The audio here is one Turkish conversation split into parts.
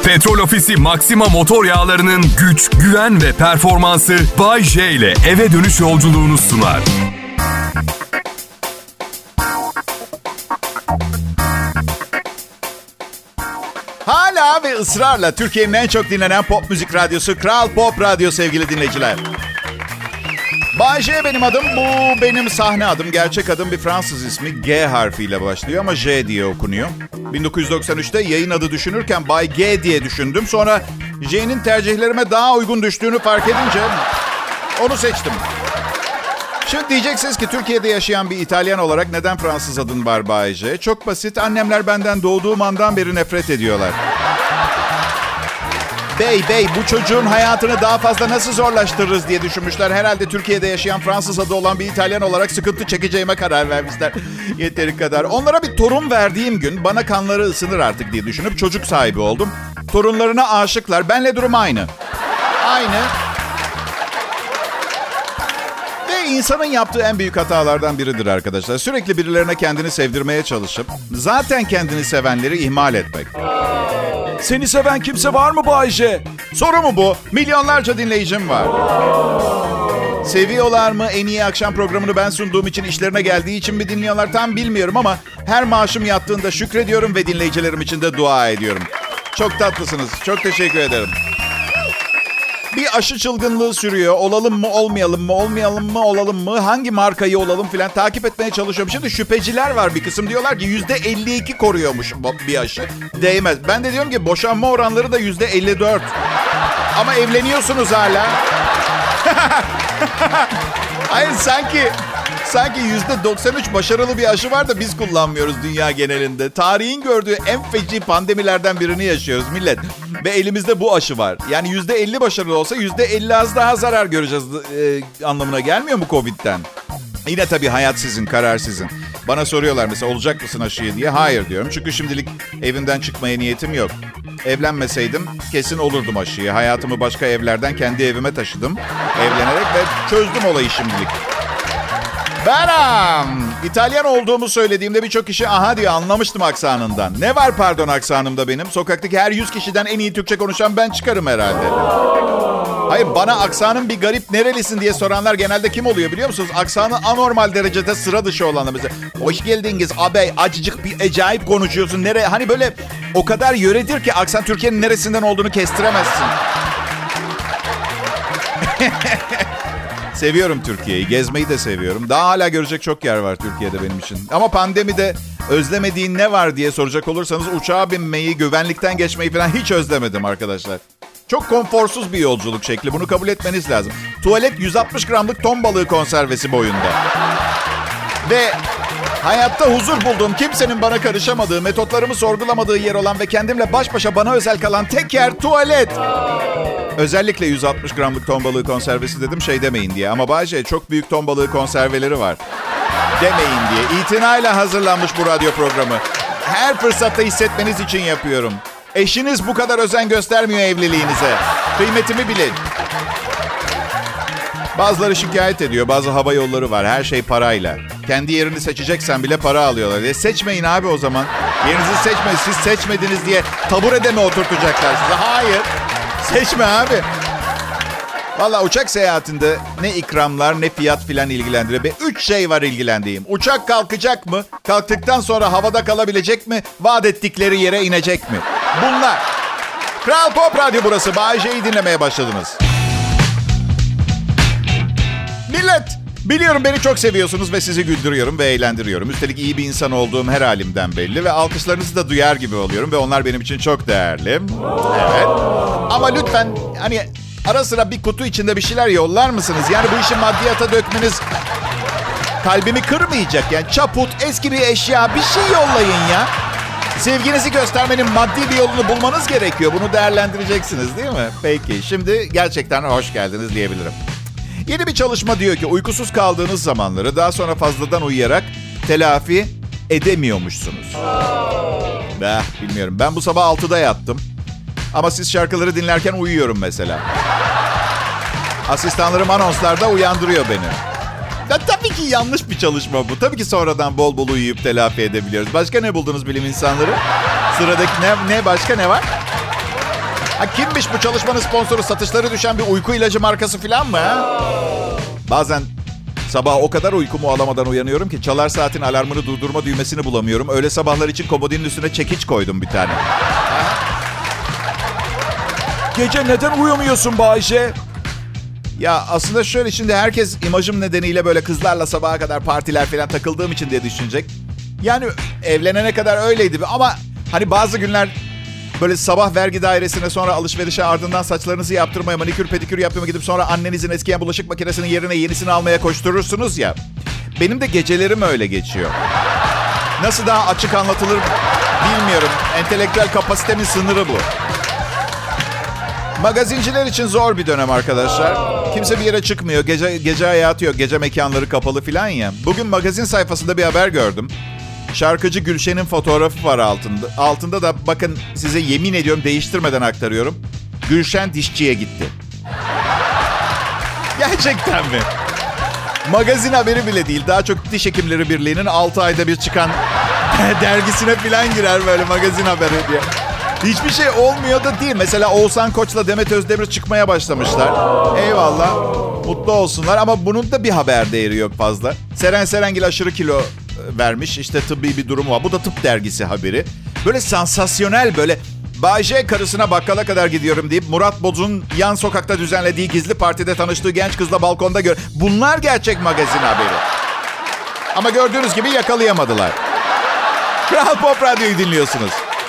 Petrol Ofisi Maxima motor yağlarının güç, güven ve performansı Bay J ile eve dönüş yolculuğunu sunar. Hala ve ısrarla Türkiye'nin en çok dinlenen pop müzik radyosu Kral Pop Radyo sevgili dinleyiciler. Bay J benim adım, bu benim sahne adım. Gerçek adım bir Fransız ismi, G harfiyle başlıyor ama J diye okunuyor. 1993'te yayın adı düşünürken Bay G diye düşündüm. Sonra J'nin tercihlerime daha uygun düştüğünü fark edince onu seçtim. Şimdi diyeceksiniz ki Türkiye'de yaşayan bir İtalyan olarak neden Fransız adın var Bay J? Çok basit, annemler benden doğduğum andan beri nefret ediyorlar. Bey bu çocuğun hayatını daha fazla nasıl zorlaştırırız diye düşünmüşler. Herhalde Türkiye'de yaşayan Fransız adı olan bir İtalyan olarak sıkıntı çekeceğime karar vermişler. Yeteri kadar. Onlara bir torun verdiğim gün bana kanları ısınır artık diye düşünüp çocuk sahibi oldum. Torunlarına aşıklar. Benle durum aynı. Aynı. Ve insanın yaptığı en büyük hatalardan biridir arkadaşlar. Sürekli birilerine kendini sevdirmeye çalışıp zaten kendini sevenleri ihmal etmek. Seni seven kimse var mı Bay J? Soru mu bu? Milyonlarca dinleyicim var. Seviyorlar mı? En iyi akşam programını ben sunduğum için, işlerine geldiği için mi dinliyorlar tam bilmiyorum ama her maaşım yattığında şükrediyorum ve dinleyicilerim için de dua ediyorum. Çok tatlısınız. Çok teşekkür ederim. Bir aşı çılgınlığı sürüyor. Olalım mı, olmayalım mı, olmayalım mı, olalım mı? Hangi markayı olalım filan takip etmeye çalışıyorum. Şimdi şüpheciler var bir kısım. Diyorlar ki %52 koruyormuş bir aşı. Değmez. Ben de diyorum ki boşanma oranları da %54. Ama evleniyorsunuz hala. Hayır sanki %93 başarılı bir aşı var da biz kullanmıyoruz dünya genelinde. Tarihin gördüğü en feci pandemilerden birini yaşıyoruz millet. Ve elimizde bu aşı var. Yani %50 başarılı olsa %50 az daha zarar göreceğiz anlamına gelmiyor mu Covid'den? Yine tabii hayat sizin, karar sizin. Bana soruyorlar mesela olacak mısın aşıyı diye. Hayır diyorum çünkü şimdilik evimden çıkmaya niyetim yok. Evlenmeseydim kesin olurdum aşıyı. Hayatımı başka evlerden kendi evime taşıdım. Evlenerek ve çözdüm olayı şimdilik. İtalyan olduğumu söylediğimde birçok kişi aha diyor anlamıştım aksanından. Ne var pardon aksanımda benim? Sokaktaki her 100 kişiden en iyi Türkçe konuşan ben çıkarım herhalde. Hayır bana aksanın bir garip nerelisin diye soranlar genelde kim oluyor biliyor musunuz? Aksanı anormal derecede sıra dışı olanlar. Mesela hoş geldiniz ağabey acıcık bir acayip konuşuyorsun. Hani böyle o kadar yöredir ki aksan Türkiye'nin neresinden olduğunu kestiremezsin. Seviyorum Türkiye'yi. Gezmeyi de seviyorum. Daha hala görecek çok yer var Türkiye'de benim için. Ama pandemide özlemediğin ne var diye soracak olursanız uçağa binmeyi, güvenlikten geçmeyi falan hiç özlemedim arkadaşlar. Çok konforsuz bir yolculuk şekli. Bunu kabul etmeniz lazım. Tuvalet 160 gramlık ton balığı konservesi boyunda. Ve hayatta huzur bulduğum, kimsenin bana karışamadığı, metotlarımı sorgulamadığı yer olan ve kendimle baş başa bana özel kalan tek yer tuvalet. Özellikle 160 gramlık ton balığı konservesi dedim şey demeyin diye. Ama Bayce çok büyük ton balığı konserveleri var. Demeyin diye. İtinayla hazırlanmış bu radyo programı. Her fırsatta hissetmeniz için yapıyorum. Eşiniz bu kadar özen göstermiyor evliliğinize. Kıymetimi bilin. Bazıları şikayet ediyor. Bazı hava yolları var. Her şey parayla. Kendi yerini seçeceksen bile para alıyorlar diye. Seçmeyin abi o zaman. Yerinizi seçmeyin. Siz seçmediniz diye taburede mi oturtacaklar size? Hayır. Seçme abi. Valla uçak seyahatinde ne ikramlar ne fiyat filan ilgilendiriyor. 3 şey var ilgilendiğim. Uçak kalkacak mı? Kalktıktan sonra havada kalabilecek mi? Vaat ettikleri yere inecek mi? Bunlar. Kral Pop Radyo burası. Bay J'yi dinlemeye başladınız. Millet, biliyorum beni çok seviyorsunuz ve sizi güldürüyorum ve eğlendiriyorum. Üstelik iyi bir insan olduğum her halimden belli ve alkışlarınızı da duyar gibi oluyorum ve onlar benim için çok değerli. Evet. Ama lütfen hani ara sıra bir kutu içinde bir şeyler yollar mısınız? Yani bu işi maddiyata dökmeniz kalbimi kırmayacak. Yani çaput, eski bir eşya bir şey yollayın ya. Sevginizi göstermenin maddi bir yolunu bulmanız gerekiyor. Bunu değerlendireceksiniz değil mi? Peki şimdi gerçekten hoş geldiniz diyebilirim. Yeni bir çalışma diyor ki uykusuz kaldığınız zamanları daha sonra fazladan uyuyarak telafi edemiyormuşsunuz. Bilmiyorum. Ben bu sabah 6'da yattım. Ama siz şarkıları dinlerken uyuyorum mesela. Asistanlarım anonslarda uyandırıyor beni. Ya, tabii ki yanlış bir çalışma bu. Tabii ki sonradan bol bol uyuyup telafi edebiliyoruz. Başka ne buldunuz bilim insanları? Sıradaki ne başka ne var? Ha, kimmiş bu çalışmanın sponsoru? Satışları düşen bir uyku ilacı markası falan mı? Ha? Bazen sabah o kadar uykumu alamadan uyanıyorum ki çalar saatin alarmını durdurma düğmesini bulamıyorum. Öyle sabahlar için komodinin üstüne çekiç koydum bir tane. Gece neden uyumuyorsun Bayce? Ya aslında şöyle, şimdi herkes imajım nedeniyle böyle kızlarla sabaha kadar partiler falan takıldığım için diye düşünecek. Yani evlenene kadar öyleydi ama hani bazı günler böyle sabah vergi dairesine, sonra alışverişe, ardından saçlarınızı yaptırmaya, manikür pedikür yapmaya gidip sonra annenizin eskiyen bulaşık makinesinin yerine yenisini almaya koşturursunuz ya. Benim de gecelerim öyle geçiyor. Nasıl daha açık anlatılır bilmiyorum. Entelektüel kapasitemin sınırı bu. Magazinciler için zor bir dönem arkadaşlar. Kimse bir yere çıkmıyor. Gece hayatı yok. Gece mekanları kapalı filan ya. Bugün magazin sayfasında bir haber gördüm. Şarkıcı Gülşen'in fotoğrafı var altında. Altında da bakın, size yemin ediyorum değiştirmeden aktarıyorum. Gülşen dişçiye gitti. Gerçekten mi? Magazin haberi bile değil. Daha çok Diş Hekimleri Birliği'nin 6 ayda bir çıkan dergisine filan girer böyle magazin haberi diye. Hiçbir şey olmuyor da değil. Mesela Oğuzhan Koç'la Demet Özdemir çıkmaya başlamışlar. Eyvallah. Mutlu olsunlar ama bunun da bir haber değeri yok fazla. Seren Serengil aşırı kilo vermiş. İşte tıbbi bir durum var. Bu da tıp dergisi haberi. Böyle sansasyonel, böyle Bayce karısına bakkala kadar gidiyorum deyip Murat Boz'un yan sokakta düzenlediği gizli partide tanıştığı genç kızla balkonda Bunlar gerçek magazin haberi. Ama gördüğünüz gibi yakalayamadılar. Kral Pop Radyo'yu dinliyorsunuz.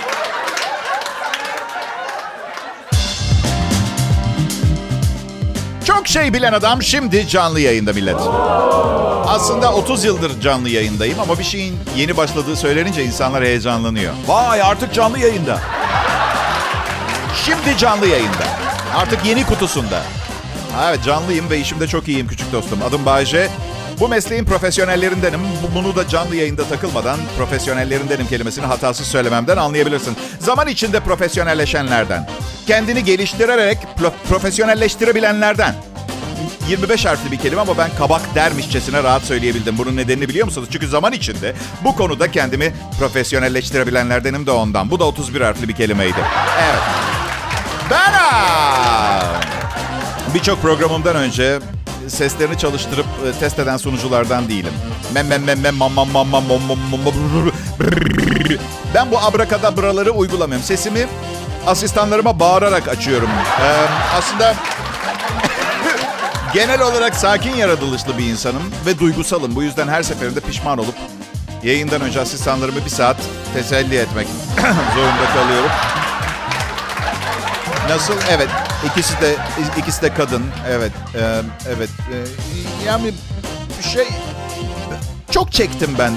Çok şey bilen adam şimdi canlı yayında millet. Aslında 30 yıldır canlı yayındayım ama bir şeyin yeni başladığı söylenince insanlar heyecanlanıyor. Vay, artık canlı yayında. Şimdi canlı yayında. Artık yeni kutusunda. Evet, canlıyım ve işimde çok iyiyim küçük dostum. Adım Bayce. Bu mesleğin profesyonellerindenim. Bunu da canlı yayında takılmadan profesyonellerindenim kelimesini hatasız söylememden anlayabilirsin. Zaman içinde profesyonelleşenlerden. Kendini geliştirerek profesyonelleştirebilenlerden. 25 harfli bir kelime ama ben kabak dermişçesine rahat söyleyebildim. Bunun nedenini biliyor musunuz? Çünkü zaman içinde bu konuda kendimi profesyonelleştirebilenlerdenim de ondan. Bu da 31 harfli bir kelimeydi. Evet. Ben birçok programımdan önce seslerini çalıştırıp test eden sunuculardan değilim. Ben bu abrakadabraları uygulamıyorum. Sesimi asistanlarıma bağırarak açıyorum. Aslında genel olarak sakin yaratılışlı bir insanım ve duygusalım. Bu yüzden her seferinde pişman olup yayından önce asistanlarımı bir saat teselli etmek zorunda kalıyorum. Nasıl? Evet. İkisi de kadın. Evet. Evet. Yani çok çektim ben.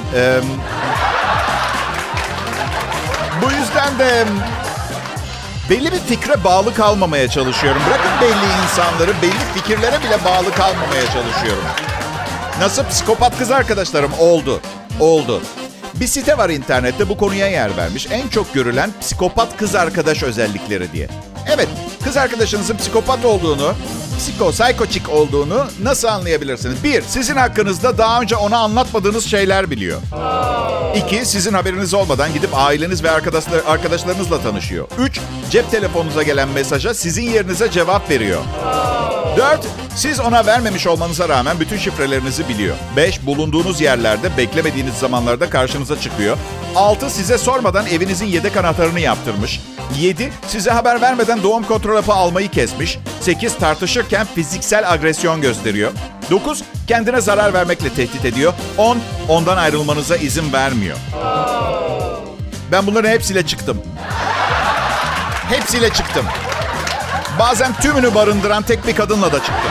Bu yüzden de belli bir fikre bağlı kalmamaya çalışıyorum. Bırakın belli insanları, belli fikirlere bile bağlı kalmamaya çalışıyorum. Nasıl? Psikopat kız arkadaşlarım oldu. Bir site var internette, bu konuya yer vermiş. En çok görülen psikopat kız arkadaş özellikleri diye. Evet, kız arkadaşınızın psikopat olduğunu, psikoçik olduğunu nasıl anlayabilirsiniz? 1, sizin hakkınızda daha önce ona anlatmadığınız şeyler biliyor. 2, sizin haberiniz olmadan gidip aileniz ve arkadaşlarınızla tanışıyor. 3, cep telefonunuza gelen mesaja sizin yerinize cevap veriyor. 4, siz ona vermemiş olmanıza rağmen bütün şifrelerinizi biliyor. 5, bulunduğunuz yerlerde beklemediğiniz zamanlarda karşınıza çıkıyor. 6, size sormadan evinizin yedek anahtarını yaptırmış. 7, size haber vermeden doğum kontrol hapı almayı kesmiş. 8, tartışırken fiziksel agresyon gösteriyor. 9, kendine zarar vermekle tehdit ediyor. 10, ondan ayrılmanıza izin vermiyor. Ben bunların hepsiyle çıktım. Bazen tümünü barındıran tek bir kadınla da çıktım.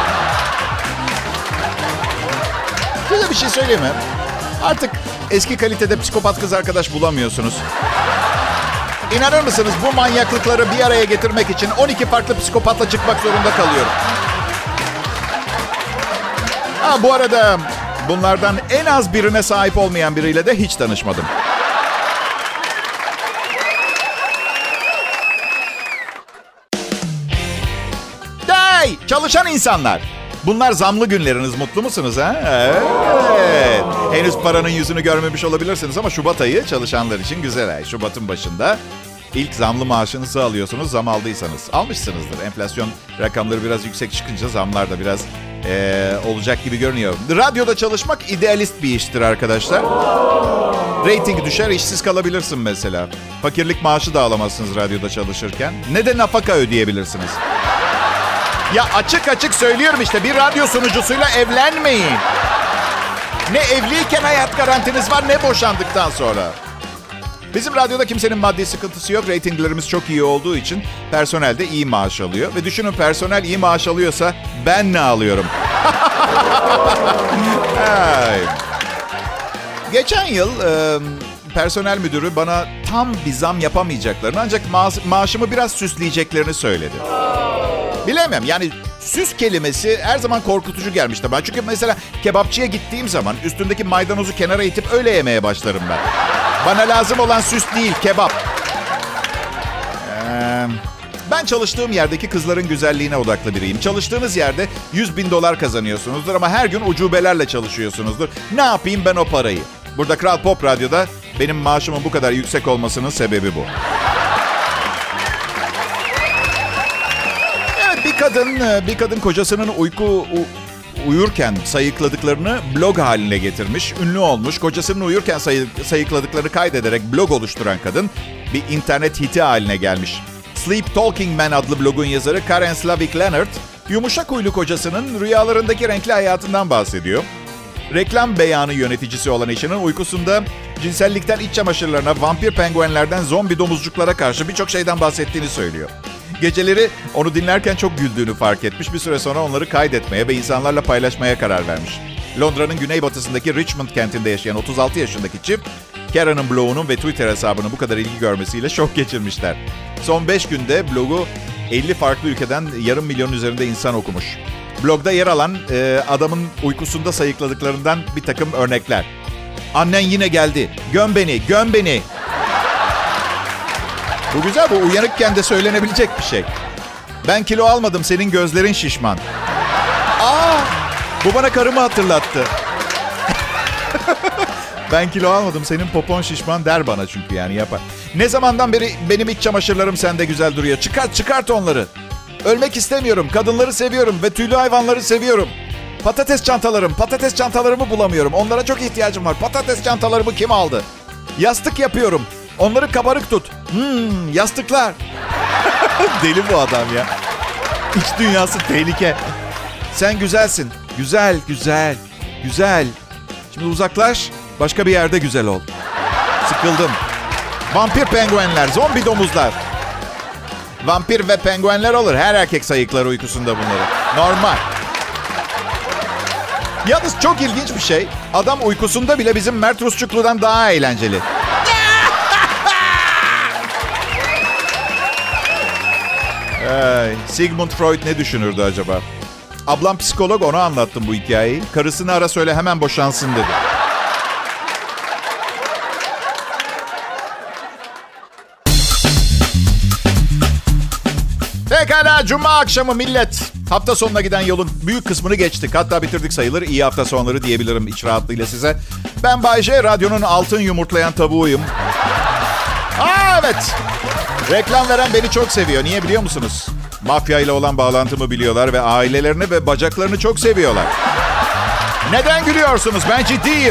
Size bir şey söyleyeyim mi? Artık eski kalitede psikopat kız arkadaş bulamıyorsunuz. İnanır mısınız, bu manyaklıkları bir araya getirmek için 12 farklı psikopatla çıkmak zorunda kalıyorum. Bu arada bunlardan en az birine sahip olmayan biriyle de hiç tanışmadım. Hey, çalışan insanlar. Bunlar zamlı günleriniz. Mutlu musunuz ha? Evet. Henüz paranın yüzünü görmemiş olabilirsiniz ama Şubat ayı çalışanlar için güzel ay. Şubat'ın başında İlk zamlı maaşınızı alıyorsunuz, zam aldıysanız. Almışsınızdır. Enflasyon rakamları biraz yüksek çıkınca zamlar da biraz olacak gibi görünüyor. Radyoda çalışmak idealist bir iştir arkadaşlar. Rating düşer, işsiz kalabilirsin mesela. Fakirlik maaşı da alamazsınız radyoda çalışırken. Ne de nafaka ödeyebilirsiniz. Ya açık açık söylüyorum işte, bir radyo sunucusuyla evlenmeyin. Ne evliyken hayat garantiniz var, ne boşandıktan sonra. Bizim radyoda kimsenin maddi sıkıntısı yok. Ratinglerimiz çok iyi olduğu için personel de iyi maaş alıyor. Ve düşünün, personel iyi maaş alıyorsa ben ne alıyorum? Geçen yıl personel müdürü bana tam bir zam yapamayacaklarını, ancak maaşımı biraz süsleyeceklerini söyledi. Bilemem, yani süs kelimesi her zaman korkutucu gelmişti bana. Çünkü mesela kebapçıya gittiğim zaman üstündeki maydanozu kenara itip öyle yemeye başlarım ben. Bana lazım olan süs değil, kebap. Ben çalıştığım yerdeki kızların güzelliğine odaklı biriyim. Çalıştığınız yerde $100,000 kazanıyorsunuzdur ama her gün ucubelerle çalışıyorsunuzdur. Ne yapayım ben o parayı? Burada Kral Pop Radyo'da benim maaşımın bu kadar yüksek olmasının sebebi bu. Evet, bir kadın kocasının uyurken sayıkladıklarını blog haline getirmiş, ünlü olmuş. Kocasının uyurken sayıkladıklarını kaydederek blog oluşturan kadın bir internet hiti haline gelmiş. Sleep Talking Man adlı blogun yazarı Karen Slavik Leonard, yumuşak huylu kocasının rüyalarındaki renkli hayatından bahsediyor. Reklam beyanı yöneticisi olan eşinin uykusunda cinsellikten iç çamaşırlarına, vampir penguenlerden zombi domuzcuklara karşı birçok şeyden bahsettiğini söylüyor. Geceleri onu dinlerken çok güldüğünü fark etmiş. Bir süre sonra onları kaydetmeye ve insanlarla paylaşmaya karar vermiş. Londra'nın güneybatısındaki Richmond kentinde yaşayan 36 yaşındaki çift, Karen'ın blogunun ve Twitter hesabının bu kadar ilgi görmesiyle şok geçirmişler. Son 5 günde blogu 50 farklı ülkeden 500,000 üzerinde insan okumuş. Blogda yer alan adamın uykusunda sayıkladıklarından bir takım örnekler. Annen yine geldi. Göm beni, göm beni. Bu güzel, bu uyanıkken de söylenebilecek bir şey. Ben kilo almadım, senin gözlerin şişman. Bu bana karımı hatırlattı. Ben kilo almadım, senin popon şişman der bana çünkü, yani yapar. Ne zamandan beri benim iç çamaşırlarım sende güzel duruyor. Çıkart onları. Ölmek istemiyorum, kadınları seviyorum ve tüylü hayvanları seviyorum. Patates çantalarımı bulamıyorum. Onlara çok ihtiyacım var. Patates çantalarımı kim aldı? Yastık yapıyorum. Onları kabarık tut. Yastıklar. Deli bu adam ya. İç dünyası tehlike. Sen güzelsin. Güzel. Şimdi uzaklaş. Başka bir yerde güzel ol. Sıkıldım. Vampir penguenler, zombi domuzlar. Vampir ve penguenler olur. Her erkek sayıklar uykusunda bunları. Normal. Yalnız çok ilginç bir şey. Adam uykusunda bile bizim Mert Rusçuklu'dan daha eğlenceli. Sigmund Freud ne düşünürdü acaba? Ablam psikolog, ona anlattım bu hikayeyi. Karısını ara söyle hemen boşansın dedi. Pekala, cuma akşamı millet. Hafta sonuna giden yolun büyük kısmını geçtik. Hatta bitirdik sayılır. İyi hafta sonları diyebilirim iç rahatlığıyla size. Ben Bay J, radyonun altın yumurtlayan tavuğuyum. Evet. Reklam veren beni çok seviyor. Niye biliyor musunuz? Mafya ile olan bağlantımı biliyorlar ve ailelerini ve bacaklarını çok seviyorlar. Neden gülüyorsunuz? Ben ciddiyim.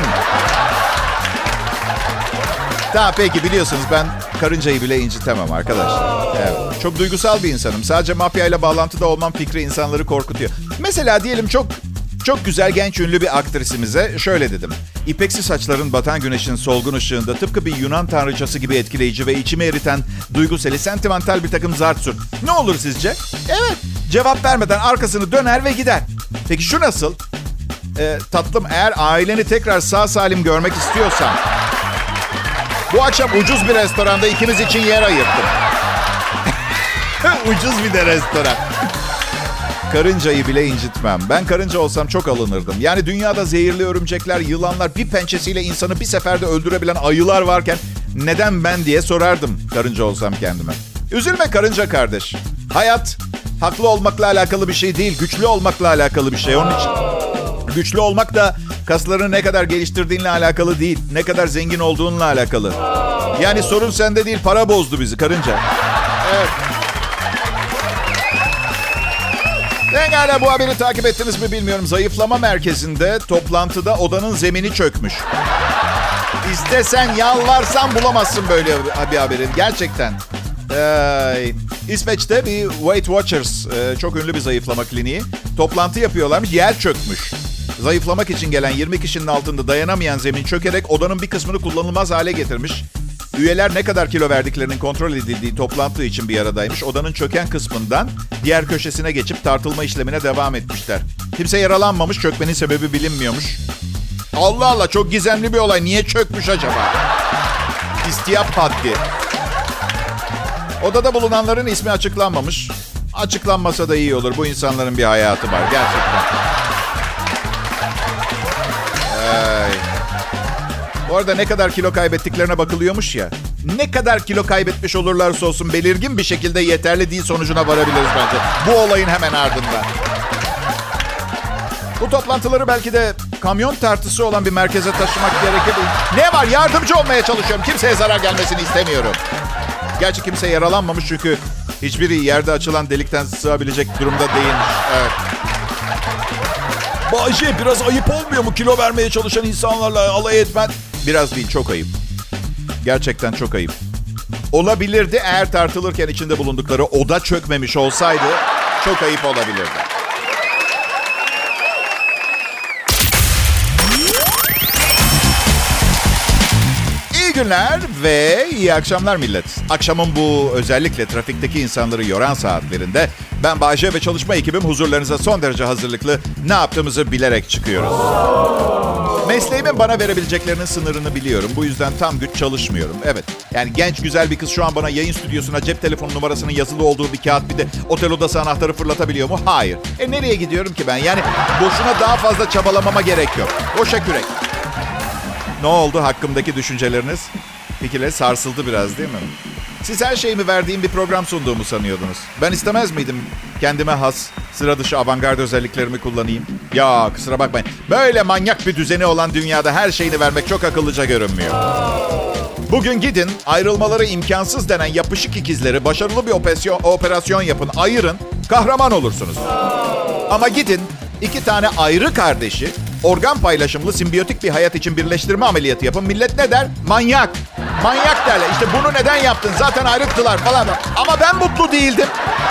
Tamam, peki, biliyorsunuz ben karıncayı bile incitemem arkadaşlar. Evet, çok duygusal bir insanım. Sadece mafya ile bağlantıda olmam fikri insanları korkutuyor. Mesela diyelim çok güzel genç ünlü bir aktrisimize şöyle dedim. İpeksi saçların batan güneşin solgun ışığında tıpkı bir Yunan tanrıçası gibi etkileyici ve içimi eriten duygusal, sentimental bir takım zart sür. Ne olur sizce? Evet. Cevap vermeden arkasını döner ve gider. Peki şu nasıl? Tatlım, eğer aileni tekrar sağ salim görmek istiyorsan, bu akşam ucuz bir restoranda ikimiz için yer ayırttım. Ucuz bir de restoran. Karıncayı bile incitmem. Ben karınca olsam çok alınırdım. Yani dünyada zehirli örümcekler, yılanlar, bir pençesiyle insanı bir seferde öldürebilen ayılar varken neden ben diye sorardım karınca olsam kendime. Üzülme karınca kardeş. Hayat haklı olmakla alakalı bir şey değil, güçlü olmakla alakalı bir şey. Onun için güçlü olmak da kaslarını ne kadar geliştirdiğinle alakalı değil, ne kadar zengin olduğunla alakalı. Yani sorun sende değil, para bozdu bizi karınca. Evet. Pekala, bu haberi takip ettiniz mi bilmiyorum. Zayıflama merkezinde toplantıda odanın zemini çökmüş. İstesen yalvarsan bulamazsın böyle bir haberi. Gerçekten. İsveç'te bir Weight Watchers, çok ünlü bir zayıflama kliniği. Toplantı yapıyorlarmış, yer çökmüş. Zayıflamak için gelen 20 kişinin altında dayanamayan zemin çökerek odanın bir kısmını kullanılmaz hale getirmiş. Üyeler ne kadar kilo verdiklerinin kontrol edildiği toplantı için bir aradaymış. Odanın çöken kısmından diğer köşesine geçip tartılma işlemine devam etmişler. Kimse yaralanmamış, çökmenin sebebi bilinmiyormuş. Allah Allah, çok gizemli bir olay. Niye çökmüş acaba? İstiyap haddi. Odada bulunanların ismi açıklanmamış. Açıklanmasa da iyi olur. Bu insanların bir hayatı var gerçekten. Bu arada ne kadar kilo kaybettiklerine bakılıyormuş ya. Ne kadar kilo kaybetmiş olurlarsa olsun belirgin bir şekilde yeterli değil sonucuna varabiliriz bence. Bu olayın hemen ardından. Bu toplantıları belki de kamyon tartısı olan bir merkeze taşımak gerekebilir. Ne var? Yardımcı olmaya çalışıyorum. Kimseye zarar gelmesini istemiyorum. Gerçi kimse yaralanmamış çünkü hiçbiri yerde açılan delikten sığabilecek durumda değilmiş. Evet. Bayce, biraz ayıp olmuyor mu kilo vermeye çalışan insanlarla alay etmen? Biraz değil, çok ayıp. Gerçekten çok ayıp. Olabilirdi eğer tartılırken içinde bulundukları oda çökmemiş olsaydı, çok ayıp olabilirdi. İyi günler ve iyi akşamlar millet. Akşamın bu özellikle trafikteki insanları yoran saatlerinde ben Bayce ve çalışma ekibim huzurlarınıza son derece hazırlıklı, ne yaptığımızı bilerek çıkıyoruz. Mesleğimin bana verebileceklerinin sınırını biliyorum. Bu yüzden tam güç çalışmıyorum. Evet, yani genç güzel bir kız şu an bana yayın stüdyosuna cep telefonu numarasının yazılı olduğu bir kağıt, bir de otel odası anahtarı fırlatabiliyor mu? Hayır. Nereye gidiyorum ki ben? Yani boşuna daha fazla çabalamama gerek yok. Boşa kürek. Ne oldu hakkımdaki düşünceleriniz? Fikirleri sarsıldı biraz değil mi? Siz her şeyimi verdiğim bir program sunduğumu sanıyordunuz. Ben istemez miydim kendime has, sıra dışı avantgard özelliklerimi kullanayım? Ya kusura bakmayın. Böyle manyak bir düzeni olan dünyada her şeyini vermek çok akıllıca görünmüyor. Bugün gidin, ayrılmaları imkansız denen yapışık ikizleri başarılı bir operasyon yapın, ayırın, kahraman olursunuz. Ama gidin, 2 tane ayrı kardeşi organ paylaşımlı simbiyotik bir hayat için birleştirme ameliyatı yapın. Millet ne der? Manyak. Manyak derler. İşte bunu neden yaptın? Zaten ayrıldılar falan. Ama ben mutlu değildim.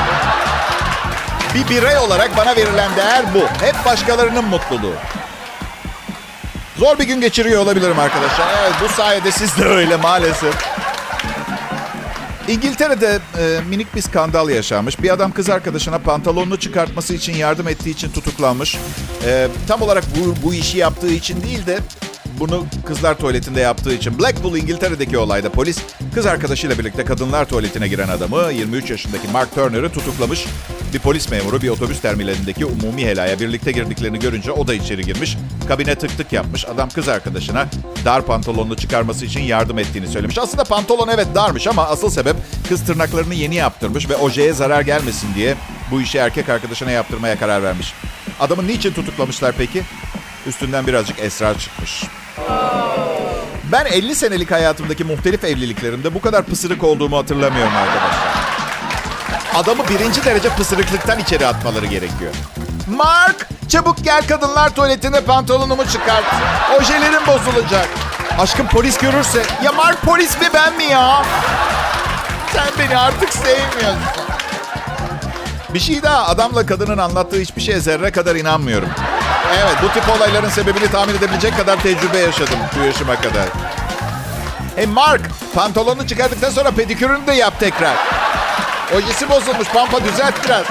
Bir birey olarak bana verilen değer bu. Hep başkalarının mutluluğu. Zor bir gün geçiriyor olabilirim arkadaşlar. Evet, bu sayede siz de öyle maalesef. İngiltere'de minik bir skandal yaşanmış. Bir adam kız arkadaşına pantolonunu çıkartması için yardım ettiği için tutuklanmış. Tam olarak bu işi yaptığı için değil de bunu kızlar tuvaletinde yaptığı için. Blackpool, İngiltere'deki olayda polis kız arkadaşıyla birlikte kadınlar tuvaletine giren adamı, 23 yaşındaki Mark Turner'ı tutuklamış. Bir polis memuru bir otobüs terminalindeki umumi helaya birlikte girdiklerini görünce o da içeri girmiş. Kabine tık tık yapmış. Adam kız arkadaşına dar pantolonunu çıkarması için yardım ettiğini söylemiş. Aslında pantolon evet darmış ama asıl sebep kız tırnaklarını yeni yaptırmış ve ojeye zarar gelmesin diye bu işi erkek arkadaşına yaptırmaya karar vermiş. Adamı niçin tutuklamışlar peki? Üstünden birazcık esrar çıkmış. Ben 50 senelik hayatımdaki muhtelif evliliklerimde bu kadar pısırık olduğumu hatırlamıyorum arkadaşlar. Adamı 1. derece pısırıklıktan içeri atmaları gerekiyor. Mark, çabuk gel kadınlar tuvaletine pantolonumu çıkart. Ojelerim bozulacak. Aşkım polis görürse. Ya Mark polis mi ben mi ya? Sen beni artık sevmiyorsun. Bir şey daha, adamla kadının anlattığı hiçbir şeye zerre kadar inanmıyorum. Evet, bu tip olayların sebebini tahmin edebilecek kadar tecrübe yaşadım bu yaşıma kadar. Hey Mark, pantolonunu çıkardıktan sonra pedikürünü de yap tekrar. Ojesi bozulmuş, pampa düzelt biraz.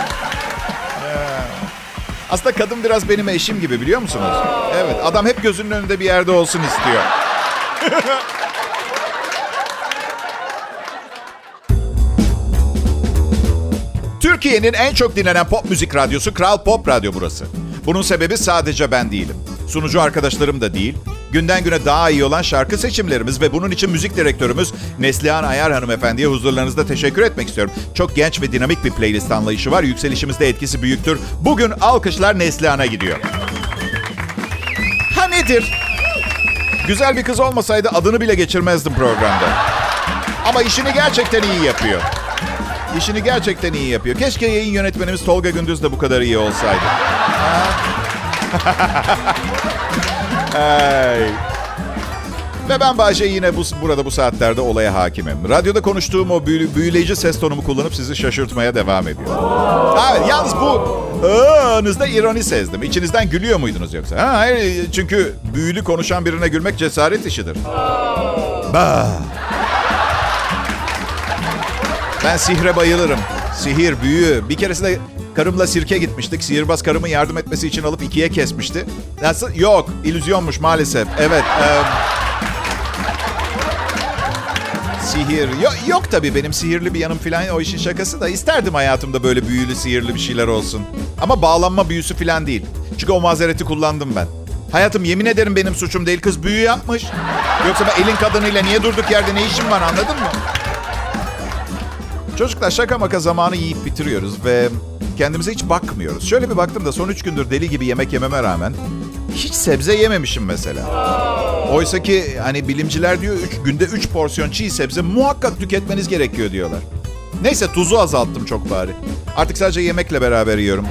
Aslında kadın biraz benim eşim gibi, biliyor musunuz? Evet, adam hep gözünün önünde bir yerde olsun istiyor. Türkiye'nin en çok dinlenen pop müzik radyosu Kral Pop Radyo burası. Bunun sebebi sadece ben değilim. Sunucu arkadaşlarım da değil. Günden güne daha iyi olan şarkı seçimlerimiz ve bunun için müzik direktörümüz Neslihan Ayar hanımefendiye huzurlarınızda teşekkür etmek istiyorum. Çok genç ve dinamik bir playlist anlayışı var. Yükselişimizde etkisi büyüktür. Bugün alkışlar Neslihan'a gidiyor. Ha nedir? Güzel bir kız olmasaydı adını bile geçirmezdim programda. Ama işini gerçekten iyi yapıyor. İşini gerçekten iyi yapıyor. Keşke yayın yönetmenimiz Tolga Gündüz de bu kadar iyi olsaydı. Hey. Ve ben Bayce yine burada bu saatlerde olaya hakimim. Radyoda konuştuğum o büyüleyici ses tonumu kullanıp sizi şaşırtmaya devam ediyorum. Evet, yalnız bu anızda ironi sezdim. İçinizden gülüyor muydunuz yoksa? Hayır, çünkü büyülü konuşan birine gülmek cesaret işidir. Bah. Ben sihre bayılırım. Sihir, büyü. Bir keresinde karımla sirke gitmiştik. Sihirbaz karımın yardım etmesi için alıp ikiye kesmişti. Nasıl? Yok, illüzyonmuş maalesef. Evet. Sihir. Yok tabii benim sihirli bir yanım falan, o işin şakası da. İsterdim hayatımda böyle büyülü, sihirli bir şeyler olsun. Ama bağlanma büyüsü falan değil. Çünkü o mazereti kullandım ben. Hayatım, yemin ederim benim suçum değil. Kız büyü yapmış. Yoksa ben elin kadınıyla niye durduk yerde ne işim var, anladın mı? Çocuklar, şaka maka zamanı yiyip bitiriyoruz ve kendimize hiç bakmıyoruz. Şöyle bir baktım da son 3 gündür deli gibi yemek yememe rağmen hiç sebze yememişim mesela. Oysa ki hani bilimciler diyor günde 3 porsiyon çiğ sebze muhakkak tüketmeniz gerekiyor diyorlar. Neyse, tuzu azalttım çok bari. Artık sadece yemekle beraber yiyorum.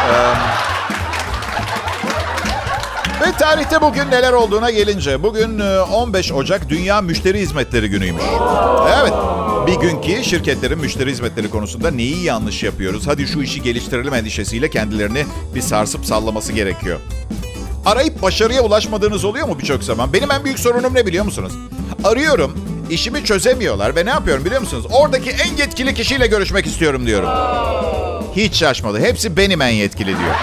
Ve tarihte bugün neler olduğuna gelince. Bugün 15 Ocak Dünya Müşteri Hizmetleri Günü'ymüş. Evet. Bir gün ki şirketlerin müşteri hizmetleri konusunda neyi yanlış yapıyoruz, hadi şu işi geliştirelim endişesiyle kendilerini bir sarsıp sallaması gerekiyor. Arayıp başarıya ulaşmadığınız oluyor mu birçok zaman? Benim en büyük sorunum ne biliyor musunuz? Arıyorum, işimi çözemiyorlar ve ne yapıyorum biliyor musunuz? Oradaki en yetkili kişiyle görüşmek istiyorum diyorum. Hiç şaşmadı. Hepsi benim en yetkili diyor.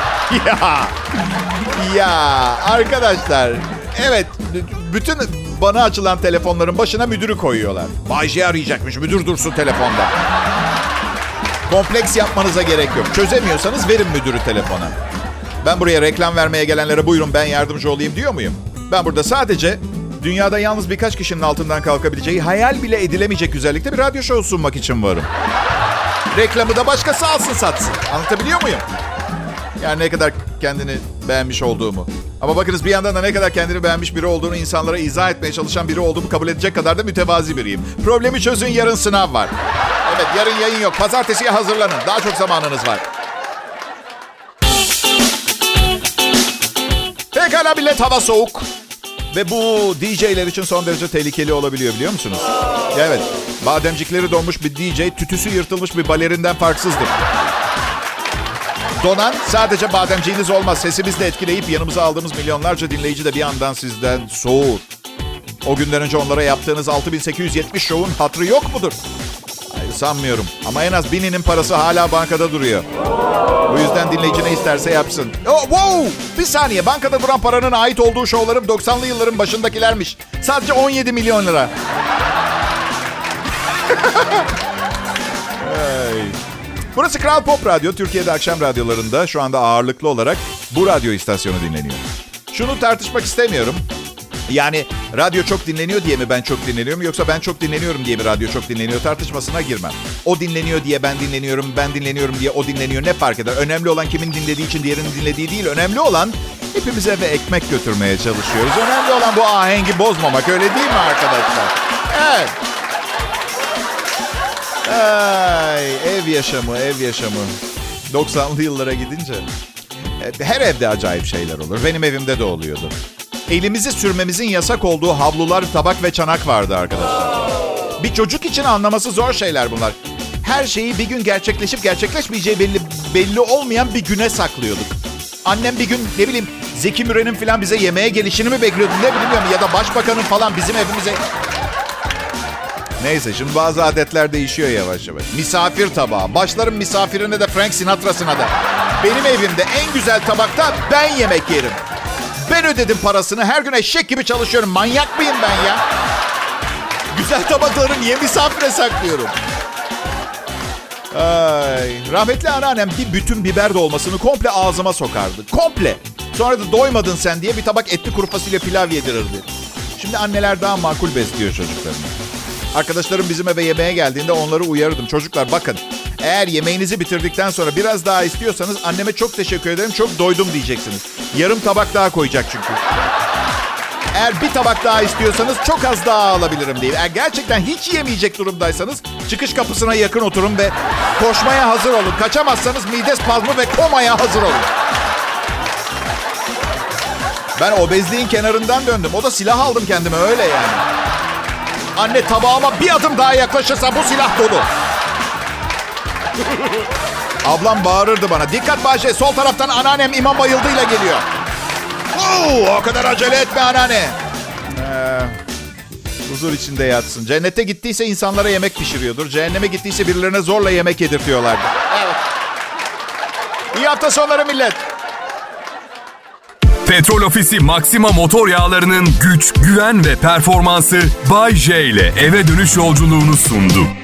Ya arkadaşlar, evet, bütün bana açılan telefonların başına müdürü koyuyorlar. Bay J arayacakmış, müdür dursun telefonda. Kompleks yapmanıza gerek yok. Çözemiyorsanız verin müdürü telefona. Ben buraya reklam vermeye gelenlere buyurun ben yardımcı olayım diyor muyum? Ben burada sadece dünyada yalnız birkaç kişinin altından kalkabileceği, hayal bile edilemeyecek güzellikte bir radyo şovu sunmak için varım. Reklamı da başkası alsın satsın. Anlatabiliyor muyum? Yani ne kadar kendini beğenmiş olduğumu. Ama bakınız, bir yandan da ne kadar kendini beğenmiş biri olduğunu insanlara izah etmeye çalışan biri olduğumu kabul edecek kadar da mütevazi biriyim. Problemi çözün, yarın sınav var. Evet, yarın yayın yok. Pazartesiye hazırlanın. Daha çok zamanınız var. Pekala millet, hava soğuk. Ve bu DJ'ler için son derece tehlikeli olabiliyor, biliyor musunuz? Evet, bademcikleri donmuş bir DJ, tütüsü yırtılmış bir balerinden farksızdır. Donan sadece bademciğiniz olmaz. Sesimizle etkileyip yanımıza aldığımız milyonlarca dinleyici de bir yandan sizden soğur. O günden önce onlara yaptığınız 6870 şovun hatırı yok mudur? Hayır, sanmıyorum. Ama en az 1000'inin parası hala bankada duruyor. Bu yüzden dinleyici ne isterse yapsın. Oh, wow! Bir saniye, bankada duran paranın ait olduğu şovlarım 90'lı yılların başındakilermiş. Sadece 17 milyon lira. Hey. Burası Kral Pop Radyo. Türkiye'de akşam radyolarında şu anda ağırlıklı olarak bu radyo istasyonu dinleniyor. Şunu tartışmak istemiyorum. Yani radyo çok dinleniyor diye mi ben çok dinleniyorum, yoksa ben çok dinleniyorum diye mi radyo çok dinleniyor tartışmasına girmem. O dinleniyor diye ben dinleniyorum, ben dinleniyorum diye o dinleniyor, ne fark eder? Önemli olan kimin dinlediği için diğerinin dinlediği değil. Önemli olan hepimiz eve ekmek götürmeye çalışıyoruz. Önemli olan bu ahengi bozmamak, öyle değil mi arkadaşlar? Evet. Ay, ev yaşamı. 90'lı yıllara gidince her evde acayip şeyler olur. Benim evimde de oluyordu. Elimizi sürmemizin yasak olduğu havlular, tabak ve çanak vardı arkadaşlar. Bir çocuk için anlaması zor şeyler bunlar. Her şeyi bir gün gerçekleşip gerçekleşmeyeceği belli olmayan bir güne saklıyorduk. Annem bir gün, ne bileyim, Zeki Müren'in falan bize yemeğe gelişini mi bekliyordu, ne bilmiyorum, ya da başbakanın falan bizim evimize... Neyse, şimdi bazı adetler değişiyor yavaş yavaş. Misafir tabağı. Başlarım misafirine de Frank Sinatra'sına da. Benim evimde en güzel tabakta ben yemek yerim. Ben ödedim parasını. Her gün eşek gibi çalışıyorum. Manyak mıyım ben ya? Güzel tabakları niye misafire saklıyorum? Ay, rahmetli anneannem bir bütün biber dolmasını komple ağzıma sokardı. Komple. Sonra da doymadın sen diye bir tabak etli kuru fasulye pilav yedirirdi. Şimdi anneler daha makul besliyor çocuklarını. Arkadaşlarım bizim eve yemeğe geldiğinde onları uyarırdım. Çocuklar bakın, eğer yemeğinizi bitirdikten sonra biraz daha istiyorsanız anneme çok teşekkür ederim, çok doydum diyeceksiniz. Yarım tabak daha koyacak çünkü. Eğer bir tabak daha istiyorsanız çok az daha alabilirim diye. Eğer gerçekten hiç yemeyecek durumdaysanız çıkış kapısına yakın oturun ve koşmaya hazır olun. Kaçamazsanız mide spazmı ve komaya hazır olun. Ben obezliğin kenarından döndüm. O da silah aldım kendime, öyle yani. Anne, tabağıma bir adım daha yaklaşırsa bu silah dolu. Ablam bağırırdı bana. Dikkat Bahçe, sol taraftan anneannem İmam Bayıldı'yla geliyor. O kadar acele etme anneanne. Huzur içinde yatsın. Cennete gittiyse insanlara yemek pişiriyordur. Cehenneme gittiyse birilerine zorla yemek yedirtiyorlardı. Evet. İyi hafta sonları millet. Petrol Ofisi Maxima motor yağlarının güç, güven ve performansı Bay J ile eve dönüş yolculuğunu sundu.